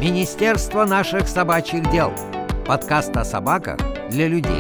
Министерство наших собачьих дел. Подкаст о собаках для людей.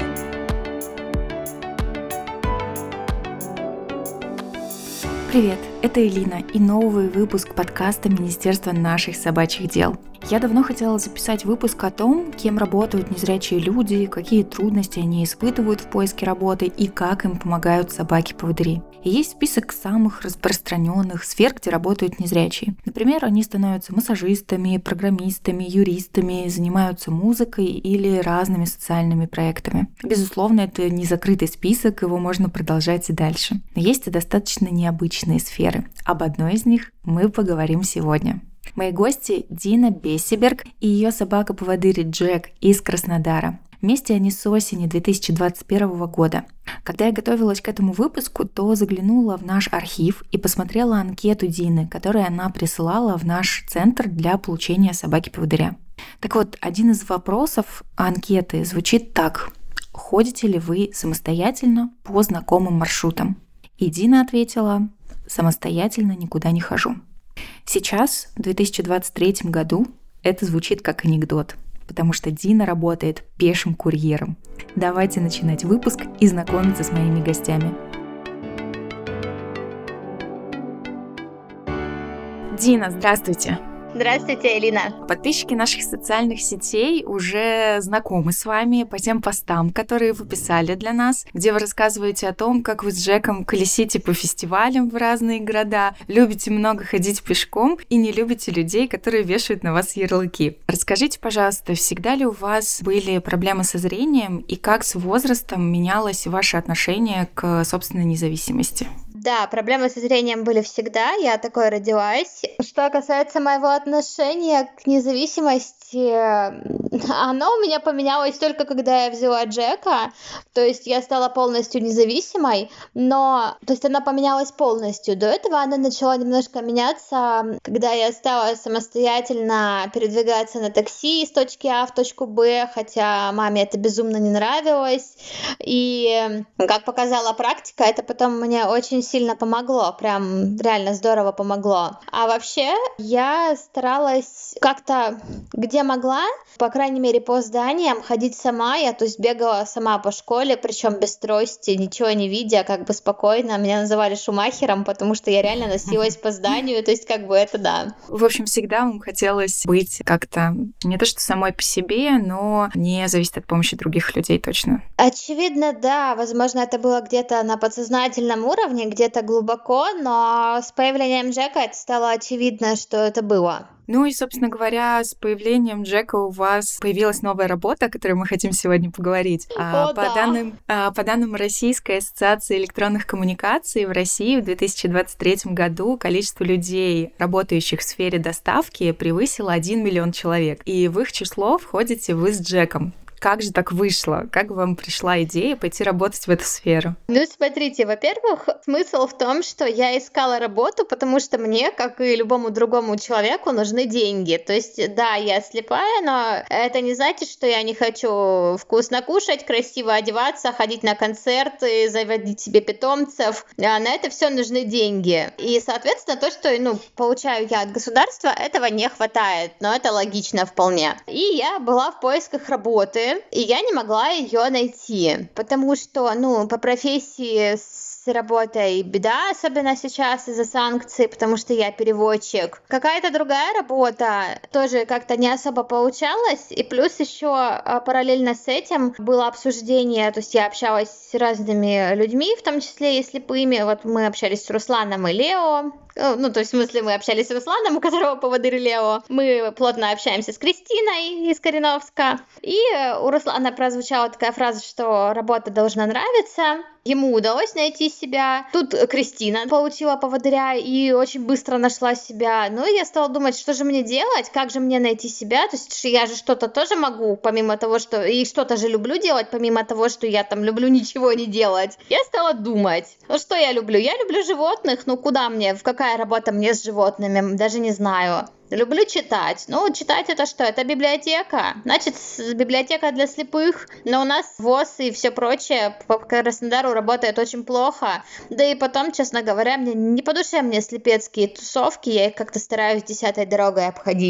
Привет, это Элина и новый выпуск подкаста Министерства наших собачьих дел. Я давно хотела записать выпуск о том, кем работают незрячие люди, какие трудности они испытывают в поиске работы и как им помогают собаки-поводыри. И есть список самых распространенных сфер, где работают незрячие. Например, они становятся массажистами, программистами, юристами, занимаются музыкой или разными социальными проектами. Безусловно, это не закрытый список, его можно продолжать и дальше. Но есть и достаточно необычные сферы. Об одной из них мы поговорим сегодня. Мои гости Дина Бессиберг и ее собака-поводырь Джек из Краснодара. Вместе они с осени 2021 года. Когда я готовилась к этому выпуску, то заглянула в наш архив и посмотрела анкету Дины, которую она присылала в наш центр для получения собаки-поводыря. Так вот, один из вопросов анкеты звучит так. Ходите ли вы самостоятельно по знакомым маршрутам? И Дина ответила, самостоятельно никуда не хожу. Сейчас, в 2023 году, это звучит как анекдот, потому что Дина работает пешим курьером. Давайте начинать выпуск и знакомиться с моими гостями. Дина, здравствуйте! Здравствуйте, Элина. Подписчики наших социальных сетей уже знакомы с вами по тем постам, которые вы писали для нас, где вы рассказываете о том, как вы с Джеком колесите по фестивалям в разные города, любите много ходить пешком и не любите людей, которые вешают на вас ярлыки. Расскажите, пожалуйста, всегда ли у вас были проблемы со зрением и как с возрастом менялось ваше отношение к собственной независимости? Да, проблемы со зрением были всегда, я такой родилась. Что касается моего отношения к независимости, оно у меня поменялось только когда я взяла Джека, то есть я стала полностью независимой, то есть она поменялась полностью. До этого она начала немножко меняться, когда я стала самостоятельно передвигаться на такси из точки А в точку Б, хотя маме это безумно не нравилось. И, как показала практика, это потом мне очень сильно помогло, прям реально здорово помогло. А вообще я старалась как-то, где могла, по крайней мере по зданиям, ходить сама. Я, то есть, бегала сама по школе, причем без трости, ничего не видя, как бы спокойно. Меня называли Шумахером, потому что я реально носилась по зданию, то есть как бы это да. В общем, всегда вам хотелось быть как-то не то что самой по себе, но не зависеть от помощи других людей точно. Очевидно, да. Возможно, это было где-то на подсознательном уровне, где-то глубоко, но с появлением Джека это стало очевидно, что это было. Ну и, собственно говоря, с появлением Джека у вас появилась новая работа, о которой мы хотим сегодня поговорить. По данным Российской ассоциации электронных коммуникаций, в России в 2023 году количество людей, работающих в сфере доставки, превысило 1 миллион человек. И в их число входите вы с Джеком. Как же так вышло? Как вам пришла идея пойти работать в эту сферу? Ну, смотрите, во-первых, смысл в том, что я искала работу, потому что мне, как и любому другому человеку, нужны деньги. То есть, да, я слепая, но это не значит, что я не хочу вкусно кушать, красиво одеваться, ходить на концерты, заводить себе питомцев. На это все нужны деньги. И, соответственно, то, что, получаю я от государства, этого не хватает. Но это логично вполне. И я была в поисках работы, и я не могла ее найти, потому что, по профессии с работой беда, особенно сейчас из-за санкций, потому что я переводчик. Какая-то другая работа тоже как-то не особо получалась, и плюс еще параллельно с этим было обсуждение, то есть я общалась с разными людьми, в том числе и слепыми. Вот мы общались с Русланом и Лео, то есть в смысле мы общались с Русланом, у которого поводырь Лео. Мы плотно общаемся с Кристиной из Кореновска. И у Руслана прозвучала такая фраза, что работа должна нравиться. Ему удалось найти себя. Тут Кристина получила поводыря и очень быстро нашла себя. Ну и я стала думать, что же мне делать, как же мне найти себя. То есть я же что-то тоже могу, помимо того, что... И что-то же люблю делать, помимо того, что я там люблю ничего не делать. Я стала думать, что я люблю. Я люблю животных, куда мне, какая работа мне с животными, даже не знаю. Люблю читать. Читать это что? Это библиотека. Значит, библиотека для слепых. Но у нас ВОС и все прочее по Краснодару работает очень плохо. Да и потом, честно говоря, не по душе мне слепецкие тусовки. Я их как-то стараюсь 10-й дорогой обходить.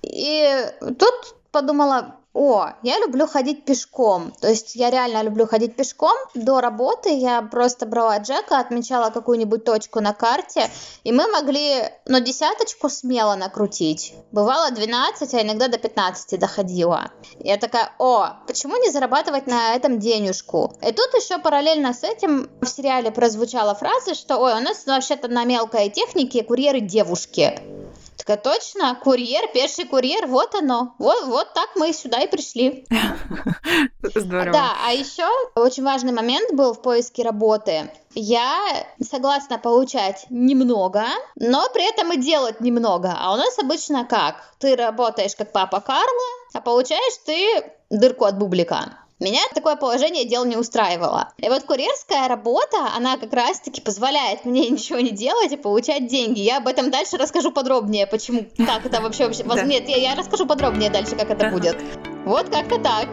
И тут подумала, я люблю ходить пешком. То есть я реально люблю ходить пешком. До работы я просто брала Джека, отмечала какую-нибудь точку на карте, и мы могли, 10 смело накрутить. Бывало 12, а иногда до 15 доходила. Я такая, почему не зарабатывать на этом денежку? И тут еще параллельно с этим в сериале прозвучала фраза, что, у нас вообще-то на мелкой технике курьеры девушки. Такая, точно, курьер, пеший курьер, вот оно. Вот так мы сюда и пришли. Здорово. Да, а еще очень важный момент был в поиске работы. Я согласна получать немного, но при этом и делать немного. А у нас обычно как? Ты работаешь как папа Карло, а получаешь ты дырку от бублика. Меня такое положение дел не устраивало. И вот курьерская работа, она как раз-таки позволяет мне ничего не делать и получать деньги. Я об этом дальше расскажу подробнее, почему, как это вообще... Нет, я расскажу подробнее дальше, как это будет. Вот как-то так.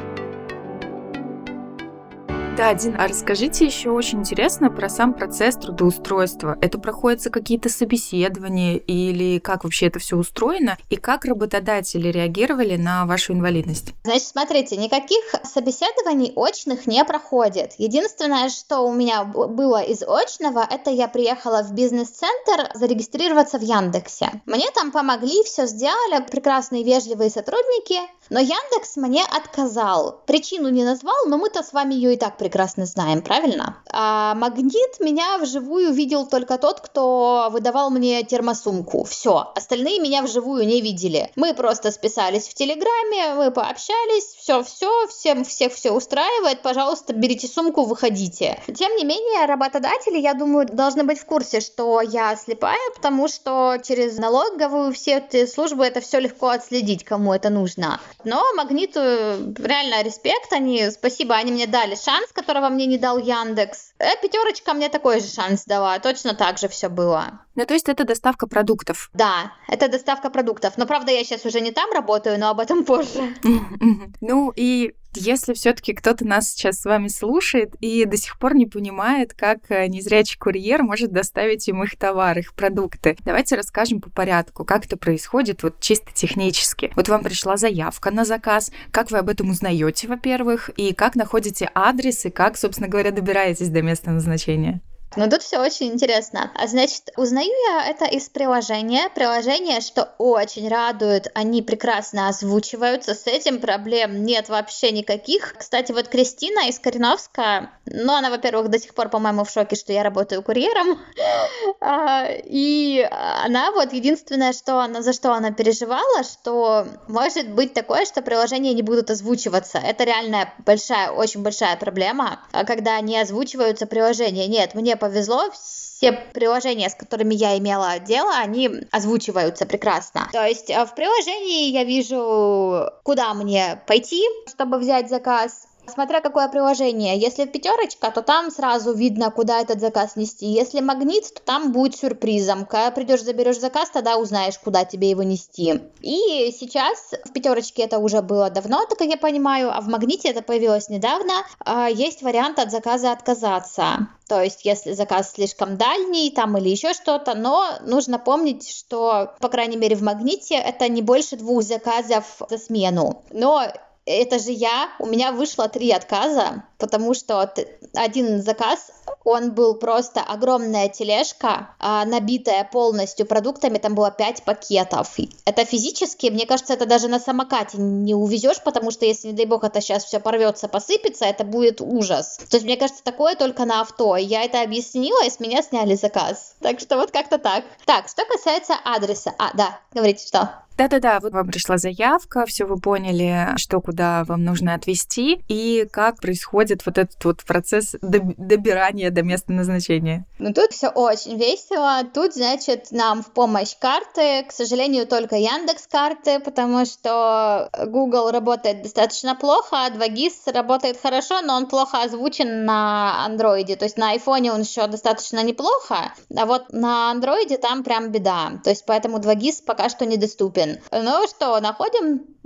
Да, Дин, а расскажите еще очень интересно про сам процесс трудоустройства. Это проходятся какие-то собеседования или как вообще это все устроено? И как работодатели реагировали на вашу инвалидность? Значит, смотрите, никаких собеседований очных не проходит. Единственное, что у меня было из очного, это я приехала в бизнес-центр зарегистрироваться в Яндексе. Мне там помогли, все сделали, прекрасные, вежливые сотрудники, но Яндекс мне отказал. Причину не назвал, но мы-то с вами ее и так прекрасно знаем, правильно? А Магнит меня вживую видел только тот, кто выдавал мне термосумку. Все, остальные меня вживую не видели. Мы просто списались в Телеграме, мы пообщались, всех все устраивает, пожалуйста, берите сумку, выходите. Тем не менее, работодатели, я думаю, должны быть в курсе, что я слепая, потому что через налоговую все эти службы это все легко отследить, кому это нужно. Но Магниту реально респект, спасибо, они мне дали шанс, которого мне не дал Яндекс. Пятерочка мне такой же шанс дала, точно так же все было. Ну, то есть это доставка продуктов? Да, это доставка продуктов. Но, правда, я сейчас уже не там работаю, но об этом позже. Ну, и если все-таки кто-то нас сейчас с вами слушает и до сих пор не понимает, как незрячий курьер может доставить им их товар, их продукты, давайте расскажем по порядку, как это происходит вот чисто технически. Вот вам пришла заявка на заказ, как вы об этом узнаете, во-первых, и как находите адрес, и как, собственно говоря, добираетесь до места назначения? Ну, тут все очень интересно. Значит, узнаю я это из приложения. Приложение, что очень радует, они прекрасно озвучиваются. С этим проблем нет вообще никаких. Кстати, вот Кристина из Кореновска, она, во-первых, до сих пор, по-моему, в шоке, что я работаю курьером. И она вот единственное, за что она переживала, что может быть такое, что приложения не будут озвучиваться. Это реально очень большая проблема, когда не озвучиваются приложения. Нет, мне повезло, все приложения, с которыми я имела дело, они озвучиваются прекрасно. То есть в приложении я вижу, куда мне пойти, чтобы взять заказ. Смотря какое приложение. Если пятерочка, то там сразу видно, куда этот заказ нести. Если Магнит, то там будет сюрпризом. Когда придешь, заберешь заказ, тогда узнаешь, куда тебе его нести. И сейчас в пятерочке это уже было давно, так как я понимаю, а в Магните это появилось недавно. Есть вариант от заказа отказаться. То есть, если заказ слишком дальний там или еще что-то, но нужно помнить, что, по крайней мере, в Магните это не больше 2 заказов за смену. Но это же у меня вышло 3 отказа, потому что один заказ, он был просто огромная тележка, набитая полностью продуктами, там было 5 пакетов. Это физически, мне кажется, это даже на самокате не увезешь, потому что если, не дай бог, это сейчас все порвется, посыпется, это будет ужас. То есть, мне кажется, такое только на авто. Я это объяснила, и с меня сняли заказ. Так что вот как-то так. Так, что касается адреса. Да, говорите, что? Да-да-да, вот вам пришла заявка, все вы поняли, что куда вам нужно отвезти, и как происходит вот этот вот процесс добирания до места назначения. Ну, тут все очень весело. Тут, значит, нам в помощь карты, к сожалению, только Яндекс.Карты, потому что Google работает достаточно плохо, а 2GIS работает хорошо, но он плохо озвучен на андроиде. То есть на айфоне он еще достаточно неплохо, а вот на андроиде там прям беда. То есть поэтому 2GIS пока что недоступен. Ну что, находим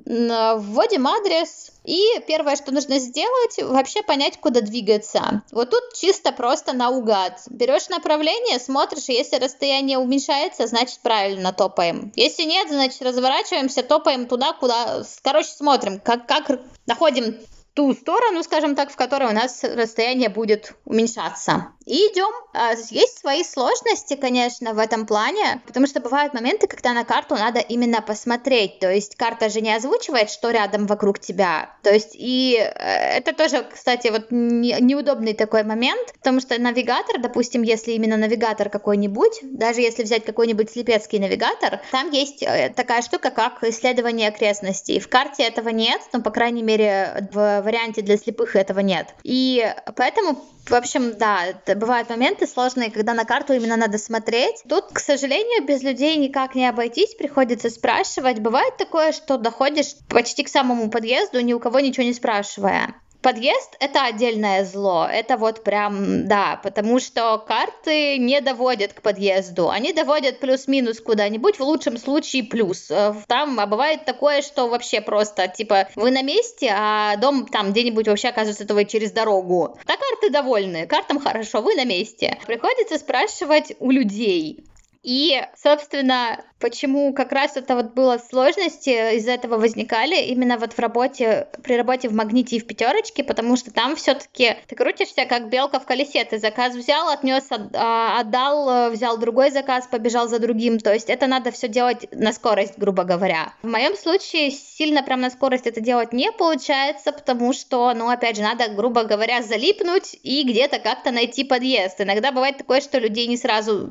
вводим адрес, и первое, что нужно сделать, вообще понять, куда двигаться. Вот тут чисто просто наугад. Берешь направление, смотришь, и если расстояние уменьшается, значит правильно топаем. Если нет, значит разворачиваемся, топаем туда, куда... Короче, смотрим, как находим ту сторону, скажем так, в которой у нас расстояние будет уменьшаться. И идем. Есть свои сложности, конечно, в этом плане, потому что бывают моменты, когда на карту надо именно посмотреть. То есть карта же не озвучивает, что рядом вокруг тебя. То есть и это тоже, кстати, вот неудобный такой момент, потому что навигатор, допустим, если именно навигатор какой-нибудь, даже если взять какой-нибудь слепецкий навигатор, там есть такая штука, как исследование окрестностей. В карте этого нет, но, по крайней мере, в варианте для слепых этого нет. И поэтому, в общем, да, бывают моменты сложные, когда на карту именно надо смотреть. Тут, к сожалению, без людей никак не обойтись, приходится спрашивать. Бывает такое, что доходишь почти к самому подъезду, ни у кого ничего не спрашивая. Подъезд — это отдельное зло, это вот прям, да, потому что карты не доводят к подъезду, они доводят плюс-минус куда-нибудь, в лучшем случае плюс. Там бывает такое, что вообще просто, типа, вы на месте, а дом там где-нибудь вообще оказывается, что вы через дорогу. Так карты довольны, картам хорошо, вы на месте. Приходится спрашивать у людей. И, собственно, почему как раз это вот было сложности, из-за этого возникали именно вот при работе в Магните и в Пятерочке, потому что там все-таки ты крутишься как белка в колесе, ты заказ взял, отнес, отдал, взял другой заказ, побежал за другим, то есть это надо все делать на скорость, грубо говоря. В моем случае сильно прям на скорость это делать не получается, потому что, ну, опять же, надо, грубо говоря, залипнуть и где-то как-то найти подъезд. Иногда бывает такое, что люди не сразу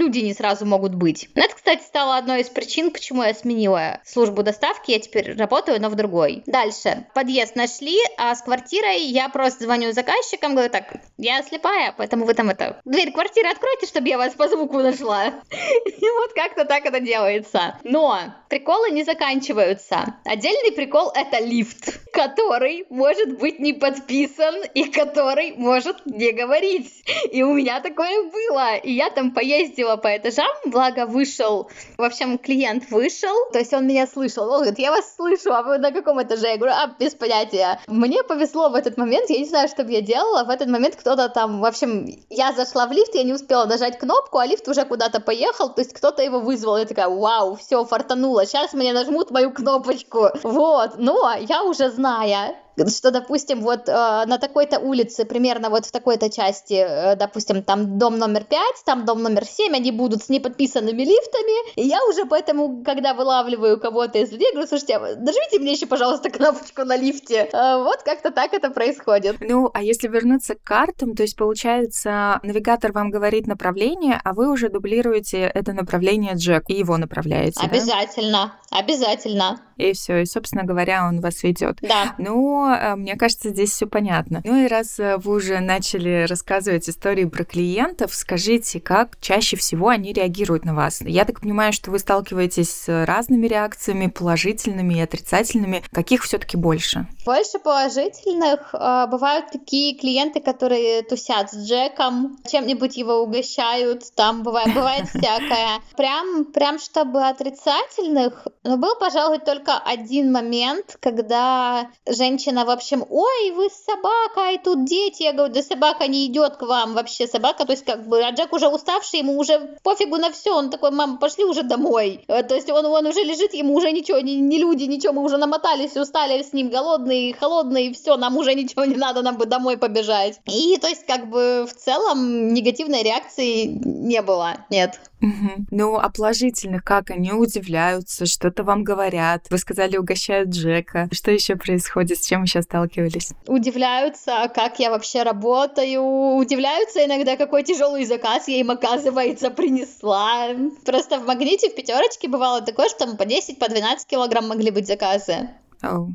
могут быть. Это, кстати, стало одной из причин, почему я сменила службу доставки, я теперь работаю, но в другой. Дальше. Подъезд нашли, а с квартирой я просто звоню заказчикам, говорю, так, я слепая, поэтому вы там дверь квартиры откройте, чтобы я вас по звуку нашла. И вот как-то так это делается. Но приколы не заканчиваются. Отдельный прикол — это лифт, который может быть не подписан и который может не говорить. И у меня такое было. И я там поездила по этажам, благо вышел, в общем, клиент вышел, то есть он меня слышал, он говорит, я вас слышу, а вы на каком этаже? Я говорю, без понятия. Мне повезло в этот момент, я не знаю, что бы я делала, в этот момент кто-то там, в общем, я зашла в лифт, я не успела нажать кнопку, а лифт уже куда-то поехал, то есть кто-то его вызвал, я такая, вау, все, фартануло, сейчас мне нажмут мою кнопочку, вот, но я уже зная, что, допустим, вот на такой-то улице, примерно вот в такой-то части, допустим, там дом номер 5, там дом номер 7, они будут с неподписанными лифтами, и я уже поэтому, когда вылавливаю кого-то из людей, говорю, слушайте, нажмите мне еще, пожалуйста, кнопочку на лифте. Вот как-то так это происходит. Ну, а если вернуться к картам, то есть, получается, навигатор вам говорит направление, а вы уже дублируете это направление Джеку и его направляете, Обязательно, да? Обязательно. И все, и, собственно говоря, он вас ведет. Да. Ну, мне кажется, здесь все понятно. Ну и раз вы уже начали рассказывать истории про клиентов, скажите, как чаще всего они реагируют на вас? Я так понимаю, что вы сталкиваетесь с разными реакциями, положительными и отрицательными. Каких все-таки больше? Больше положительных. Бывают такие клиенты, которые тусят с Джеком, чем-нибудь его угощают, там бывает всякое. Прям чтобы отрицательных. Но был, пожалуй, только один момент, когда женщина, в общем, ой, вы с собакой, тут дети. Я говорю, да собака не идет к вам вообще, собака, то есть как бы, а Джек уже уставший, ему уже пофигу на все, он такой, мама, пошли уже домой. То есть он уже лежит, ему уже ничего, не люди, ничего, мы уже намотались, устали с ним, голодные, холодные, все, нам уже ничего не надо, нам бы домой побежать. И то есть как бы в целом негативной реакции не было, нет. Угу. Ну, а положительных как? Они удивляются, что-то вам говорят. Вы сказали, угощают Джека. Что еще происходит? С чем вы сейчас сталкивались? Удивляются, как я вообще работаю. Удивляются иногда, какой тяжелый заказ я им, оказывается, принесла. Просто в Магните, в Пятерочке бывало такое, что там по 10, по 12 килограмм могли быть заказы. Угу.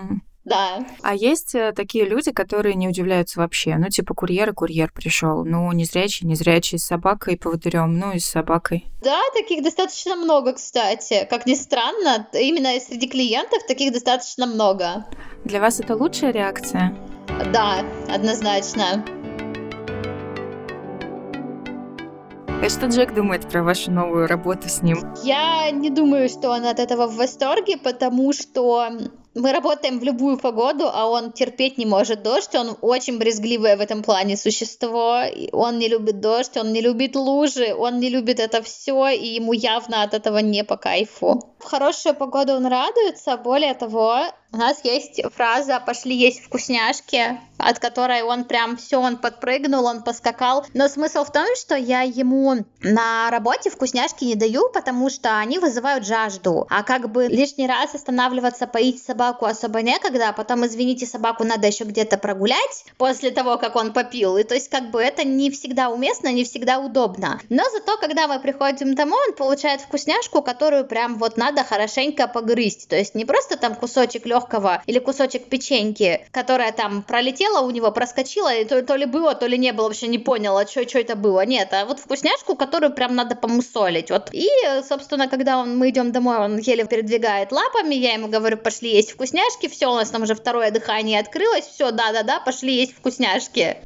Да. А есть такие люди, которые не удивляются вообще. Ну, типа курьер пришел. Ну, незрячий с собакой и поводырем, ну и с собакой. Да, таких достаточно много, кстати. Как ни странно, именно среди клиентов таких достаточно много. Для вас это лучшая реакция? Да, однозначно. А что Джек думает про вашу новую работу с ним? Я не думаю, что он от этого в восторге, потому что мы работаем в любую погоду, а он терпеть не может дождь, он очень брезгливое в этом плане существо, он не любит дождь, он не любит лужи, он не любит это все, и ему явно от этого не по кайфу. В хорошую погоду он радуется, более того, у нас есть фраза «пошли есть вкусняшки», от которой он прям все, он подпрыгнул, он поскакал. Но смысл в том, что я ему на работе вкусняшки не даю, потому что они вызывают жажду. А как бы лишний раз останавливаться, поить собаку особо некогда, а потом, извините, собаку надо еще где-то прогулять после того, как он попил. И то есть как бы это не всегда уместно, не всегда удобно. Но зато, когда мы приходим домой, он получает вкусняшку, которую прям вот надо хорошенько погрызть. То есть не просто там кусочек легкого или кусочек печеньки, которая там пролетела у него, проскочила, и то ли было, то ли не было, вообще не поняла, что это было. Нет, а вот вкусняшку, которую прям надо помусолить. Вот. И, собственно, когда мы идем домой, он еле передвигает лапами, я ему говорю, пошли есть вкусняшки, все, у нас там уже второе дыхание открылось, все, да-да-да, пошли есть вкусняшки.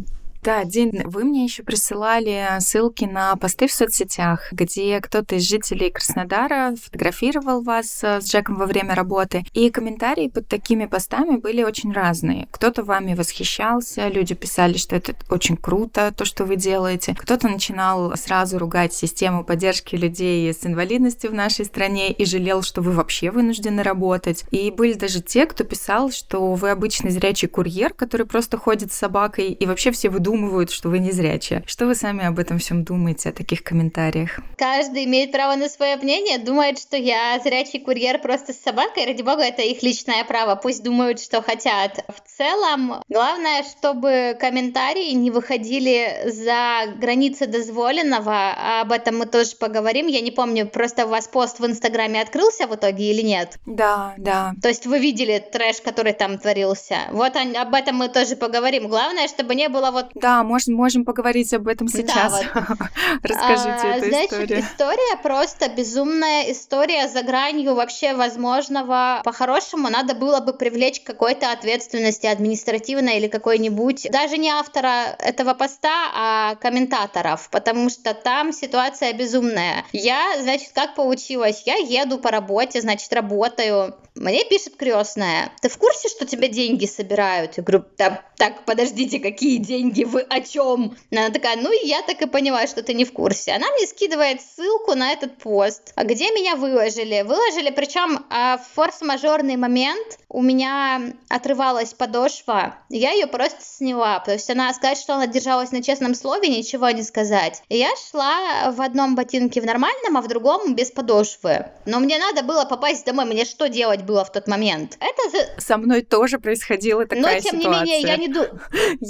Да, Дин, вы мне еще присылали ссылки на посты в соцсетях, где кто-то из жителей Краснодара фотографировал вас с Джеком во время работы, и комментарии под такими постами были очень разные. Кто-то вами восхищался, люди писали, что это очень круто, то, что вы делаете. Кто-то начинал сразу ругать систему поддержки людей с инвалидностью в нашей стране и жалел, что вы вообще вынуждены работать. И были даже те, кто писал, что вы обычный зрячий курьер, который просто ходит с собакой, и вообще все выдумывают, что вы не зрячие. Что вы сами об этом всем думаете, о таких комментариях? Каждый имеет право на свое мнение, думает, что я зрячий курьер просто с собакой. Ради бога, это их личное право. Пусть думают, что хотят. В целом, главное, чтобы комментарии не выходили за границы дозволенного. Об этом мы тоже поговорим. Я не помню, просто у вас пост в Инстаграме открылся в итоге или нет? Да. То есть вы видели трэш, который там творился. Вот об этом мы тоже поговорим. Главное, чтобы не было вот... Да, можем поговорить об этом сейчас. Да, вот. Расскажите эту историю. История просто безумная, история за гранью вообще возможного. По-хорошему, надо было бы привлечь к какой-то ответственности административной или какой-нибудь, даже не автора этого поста, а комментаторов, потому что там ситуация безумная. Я, значит, как получилось? Я еду по работе, значит, работаю. Мне пишет крестная: ты в курсе, что тебе деньги собирают? Я говорю, так, подождите, какие деньги, вы о чем? Она такая, ну и я так и понимаю, что ты не в курсе. Она мне скидывает ссылку на этот пост, где меня выложили. Причем в форс-мажорный момент у меня отрывалась подошва, я ее просто сняла. То есть она сказать, что она держалась на честном слове, ничего не сказать. И я шла в одном ботинке в нормальном, а в другом без подошвы. Но мне надо было попасть домой, мне что делать было в тот момент? Со мной тоже происходила такая ситуация. Но тем не менее, я не думаю...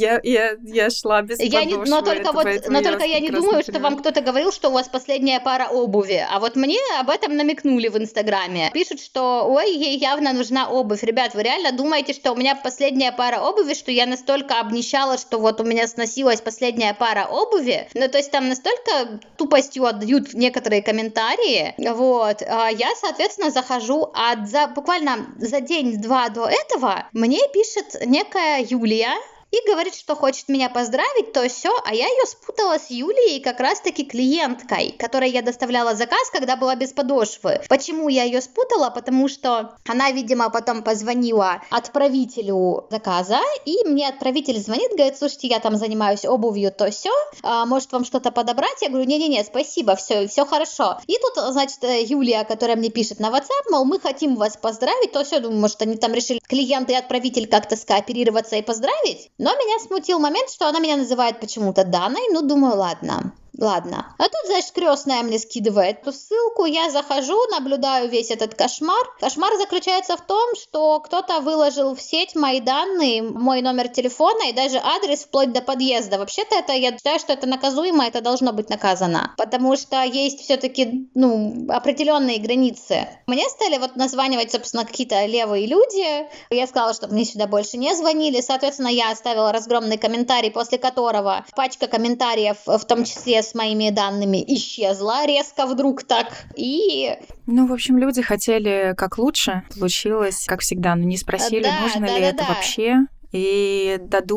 Я шла без подошвы. Но только я не думаю, что вам кто-то говорил, что у вас последняя пара обуви. А вот мне об этом намекнули в Инстаграме. Пишут, что ой, ей явно нужна обувь. Ребят, вы реально думаете, что у меня последняя пара обуви, что я настолько обнищала, что вот у меня сносилась последняя пара обуви? Ну, то есть там настолько тупостью отдают некоторые комментарии. Вот. Я, соответственно, захожу, буквально за день-два до этого мне пишет некая Юлия и говорит, что хочет меня поздравить, то все, а я ее спутала с Юлией, как раз-таки клиенткой, которой я доставляла заказ, когда была без подошвы. Почему я ее спутала? Потому что она, видимо, потом позвонила отправителю заказа, и мне отправитель звонит, говорит, слушайте, я там занимаюсь обувью, то все, может вам что-то подобрать? Я говорю, не-не-не, спасибо, все хорошо. И тут, значит, Юлия, которая мне пишет на WhatsApp, мол, мы хотим вас поздравить, то все, думаю, может, они там решили клиент и отправитель как-то скооперироваться и поздравить. Но меня смутил момент, что она меня называет почему-то Даной, ну, думаю, ладно. А тут, значит, крестная мне скидывает эту ссылку, я захожу, наблюдаю весь этот кошмар. Кошмар заключается в том, что кто-то выложил в сеть мои данные, мой номер телефона и даже адрес вплоть до подъезда. Вообще-то я считаю, что это наказуемо, это должно быть наказано, потому что есть все-таки, определенные границы. Мне стали названивать, собственно, какие-то левые люди. Я сказала, чтобы мне сюда больше не звонили. Соответственно, я оставила разгромный комментарий, после которого пачка комментариев, в том числе с моими данными, исчезла резко вдруг так. И... в общем, люди хотели как лучше. Получилось, как всегда, но не спросили, нужно ли это вообще. и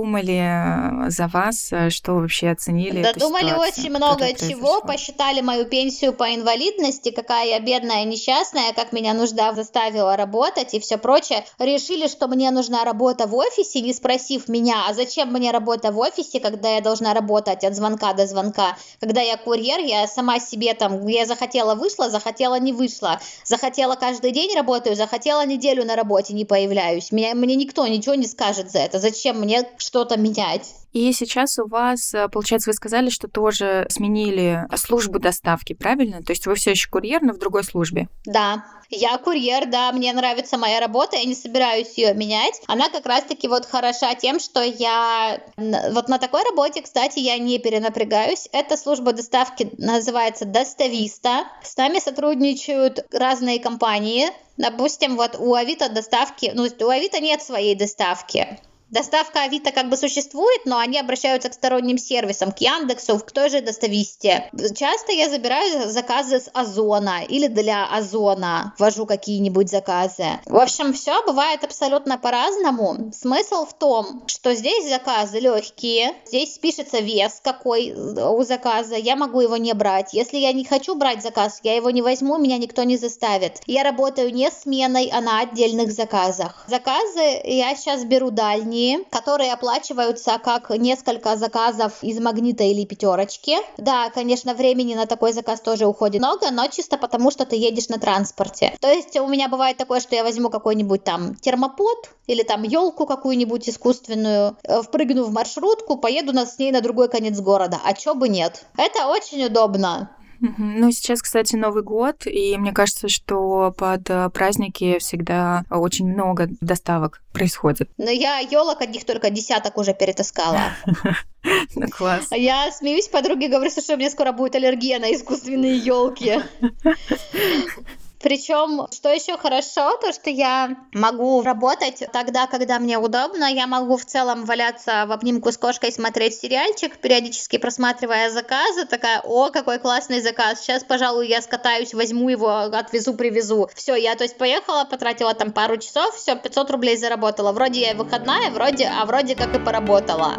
додумали за вас, что вообще оценили эту Додумали ситуацию, очень много которая чего, произошла. посчитали мою пенсию по инвалидности, какая я бедная, несчастная, как меня нужда заставила работать и все прочее. Решили, что мне нужна работа в офисе, не спросив меня, а зачем мне работа в офисе, когда я должна работать от звонка до звонка. Когда я курьер, я сама себе там, я захотела вышла, захотела не вышла, захотела каждый день работаю, захотела неделю на работе не появляюсь. Мне никто ничего не скажет за это. Зачем мне что-то менять? И сейчас у вас, получается, вы сказали, что тоже сменили службу доставки, правильно? То есть вы все еще курьер, но в другой службе. Да, я курьер, да, мне нравится моя работа, я не собираюсь ее менять. Она как раз-таки вот хороша тем, что я вот на такой работе, кстати, я не перенапрягаюсь. Эта служба доставки называется Достависта. С нами сотрудничают разные компании. Допустим, вот у Авито доставки, у Авито нет своей доставки. Доставка Авито как бы существует, но они обращаются к сторонним сервисам, к Яндексу, к той же Достависте. Часто я забираю заказы с Озона или для Озона вожу какие-нибудь заказы. В общем, все бывает абсолютно по-разному. Смысл в том, что здесь заказы легкие, здесь пишется вес какой у заказа, я могу его не брать. Если я не хочу брать заказ, я его не возьму, меня никто не заставит. Я работаю не сменой, а на отдельных заказах. Заказы я сейчас беру дальние, которые оплачиваются как несколько заказов из Магнита или Пятерочки. Да, конечно, времени на такой заказ тоже уходит много, но чисто потому, что ты едешь на транспорте. То есть у меня бывает такое, что я возьму какой-нибудь там термопод или там елку какую-нибудь искусственную, впрыгну в маршрутку, поеду с ней на другой конец города. А чё бы нет? Это очень удобно. Ну, сейчас, кстати, Новый год, и мне кажется, что под праздники всегда очень много доставок происходит. Но я елок одних только десяток уже перетаскала. Ну, класс. Я смеюсь, подруге говорю, что у меня скоро будет аллергия на искусственные елки. Причем, что еще хорошо, то что я могу работать тогда, когда мне удобно. Я могу в целом валяться в обнимку с кошкой, смотреть сериальчик, периодически просматривая заказы. Такая, о, какой классный заказ. Сейчас, пожалуй, я скатаюсь, возьму его, отвезу, привезу. Все, я, то есть, поехала, потратила там пару часов, все, 500 рублей заработала. Вроде я выходная, вроде как и поработала.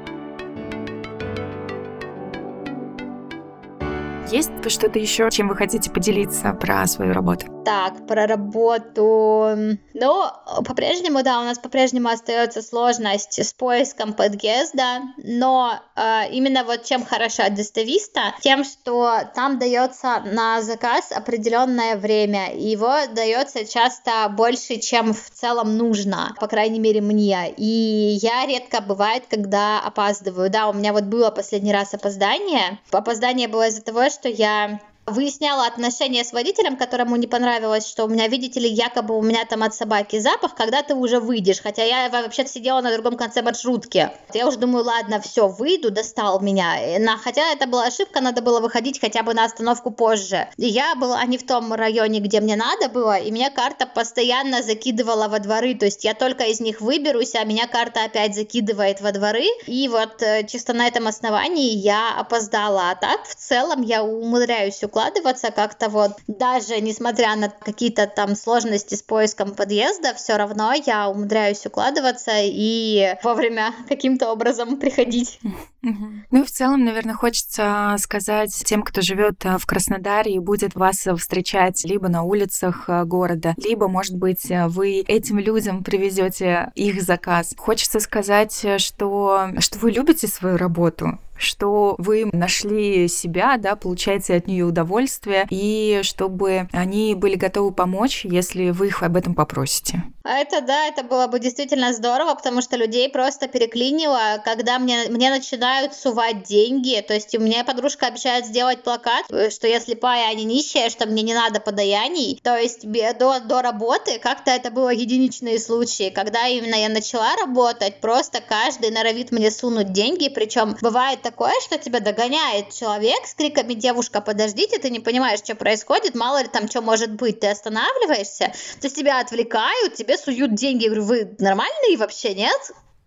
Есть что-то еще, чем вы хотите поделиться про свою работу? Так, про работу. Ну, по-прежнему, да, у нас по-прежнему остается сложность с поиском подъезда, но именно вот чем хороша Достависта, тем, что там дается на заказ определенное время, и его дается часто больше, чем в целом нужно, по крайней мере мне, и я редко бывает, когда опаздываю. Да, у меня вот было последний раз опоздание. Опоздание было из-за того, что я выясняла отношения с водителем, которому не понравилось, что у меня, видите ли, якобы у меня там от собаки запах, когда ты уже выйдешь, хотя я вообще-то сидела на другом конце маршрутки. Я уже думаю, ладно, все, выйду, достал меня. Хотя это была ошибка, надо было выходить хотя бы на остановку позже. И я была не в том районе, где мне надо было, и меня карта постоянно закидывала во дворы, то есть я только из них выберусь, а меня карта опять закидывает во дворы, и вот чисто на этом основании я опоздала. А так, в целом, я умудряюсь укладываться как-то вот, даже несмотря на какие-то там сложности с поиском подъезда, все равно я умудряюсь укладываться и вовремя каким-то образом приходить. Ну и в целом, наверное, хочется сказать тем, кто живет в Краснодаре и будет вас встречать либо на улицах города, либо, может быть, вы этим людям привезете их заказ. Хочется сказать, что вы любите свою работу, что вы нашли себя, да, получаете от нее удовольствие, и чтобы они были готовы помочь, если вы их об этом попросите. Это да, это было бы действительно здорово, потому что людей просто переклинило, когда мне начинают сувать деньги, то есть у меня подружка обещает сделать плакат, что я слепая, а не нищая, что мне не надо подаяний, то есть до работы как-то это было единичные случаи, когда именно я начала работать, просто каждый норовит мне сунуть деньги, причем бывает такое, что тебя догоняет человек с криками «Девушка, подождите», ты не понимаешь, что происходит, мало ли там что может быть, ты останавливаешься, то есть тебя отвлекают, тебе суют деньги, я говорю, вы нормальные вообще, нет?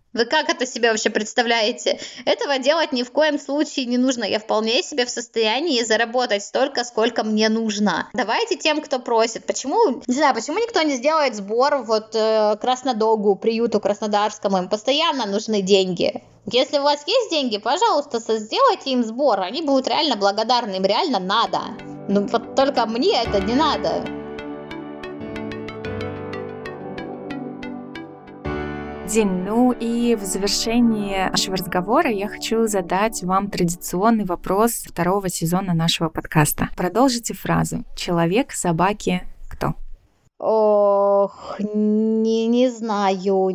Вы как это себе вообще представляете? Этого делать ни в коем случае не нужно. Я вполне себе в состоянии заработать столько, сколько мне нужно. Давайте тем, кто просит. Почему, не знаю, почему никто не сделает сбор вот Краснодогу, приюту краснодарскому? Им постоянно нужны деньги. Если у вас есть деньги, пожалуйста, сделайте им сбор. Они будут реально благодарны, им реально надо. Ну вот только мне это не надо. Дин, ну и в завершении нашего разговора я хочу задать вам традиционный вопрос второго сезона нашего подкаста. Продолжите фразу «Человек, собаки, кто?» Ох, не знаю.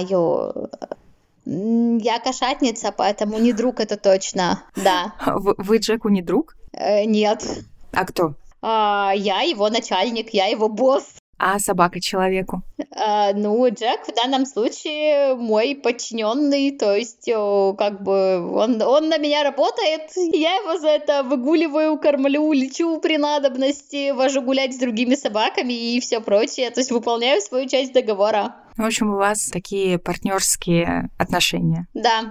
Я кошатница, поэтому не друг это точно, да. Вы Джеку не друг? Нет. А кто? Я его начальник, я его босс. А собака человеку? Ну, Джек в данном случае мой подчиненный, то есть как бы он на меня работает, я его за это выгуливаю, кормлю, лечу при надобности, вожу гулять с другими собаками и все прочее, то есть выполняю свою часть договора. В общем, у вас такие партнерские отношения. Да.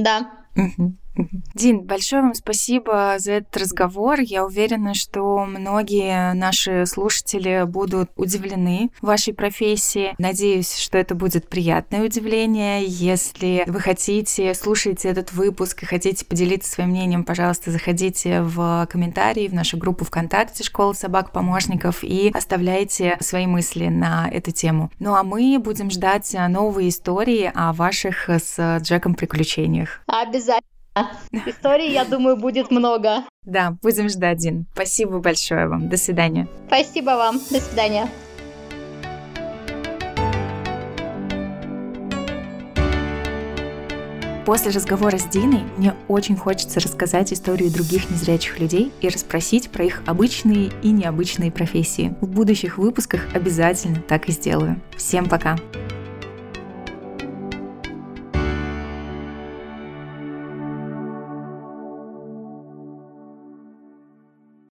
Дин, большое вам спасибо за этот разговор. Я уверена, что многие наши слушатели будут удивлены вашей профессии. Надеюсь, что это будет приятное удивление. Если вы слушаете этот выпуск и хотите поделиться своим мнением, пожалуйста, заходите в комментарии в нашу группу ВКонтакте «Школа собак-помощников» и оставляйте свои мысли на эту тему. Ну а мы будем ждать новые истории о ваших с Джеком приключениях. Обязательно. Историй, я думаю, будет много. Да, будем ждать, Дин. Спасибо большое вам. До свидания. Спасибо вам. До свидания. После разговора с Диной мне очень хочется рассказать историю других незрячих людей и расспросить про их обычные и необычные профессии. В будущих выпусках обязательно так и сделаю. Всем пока!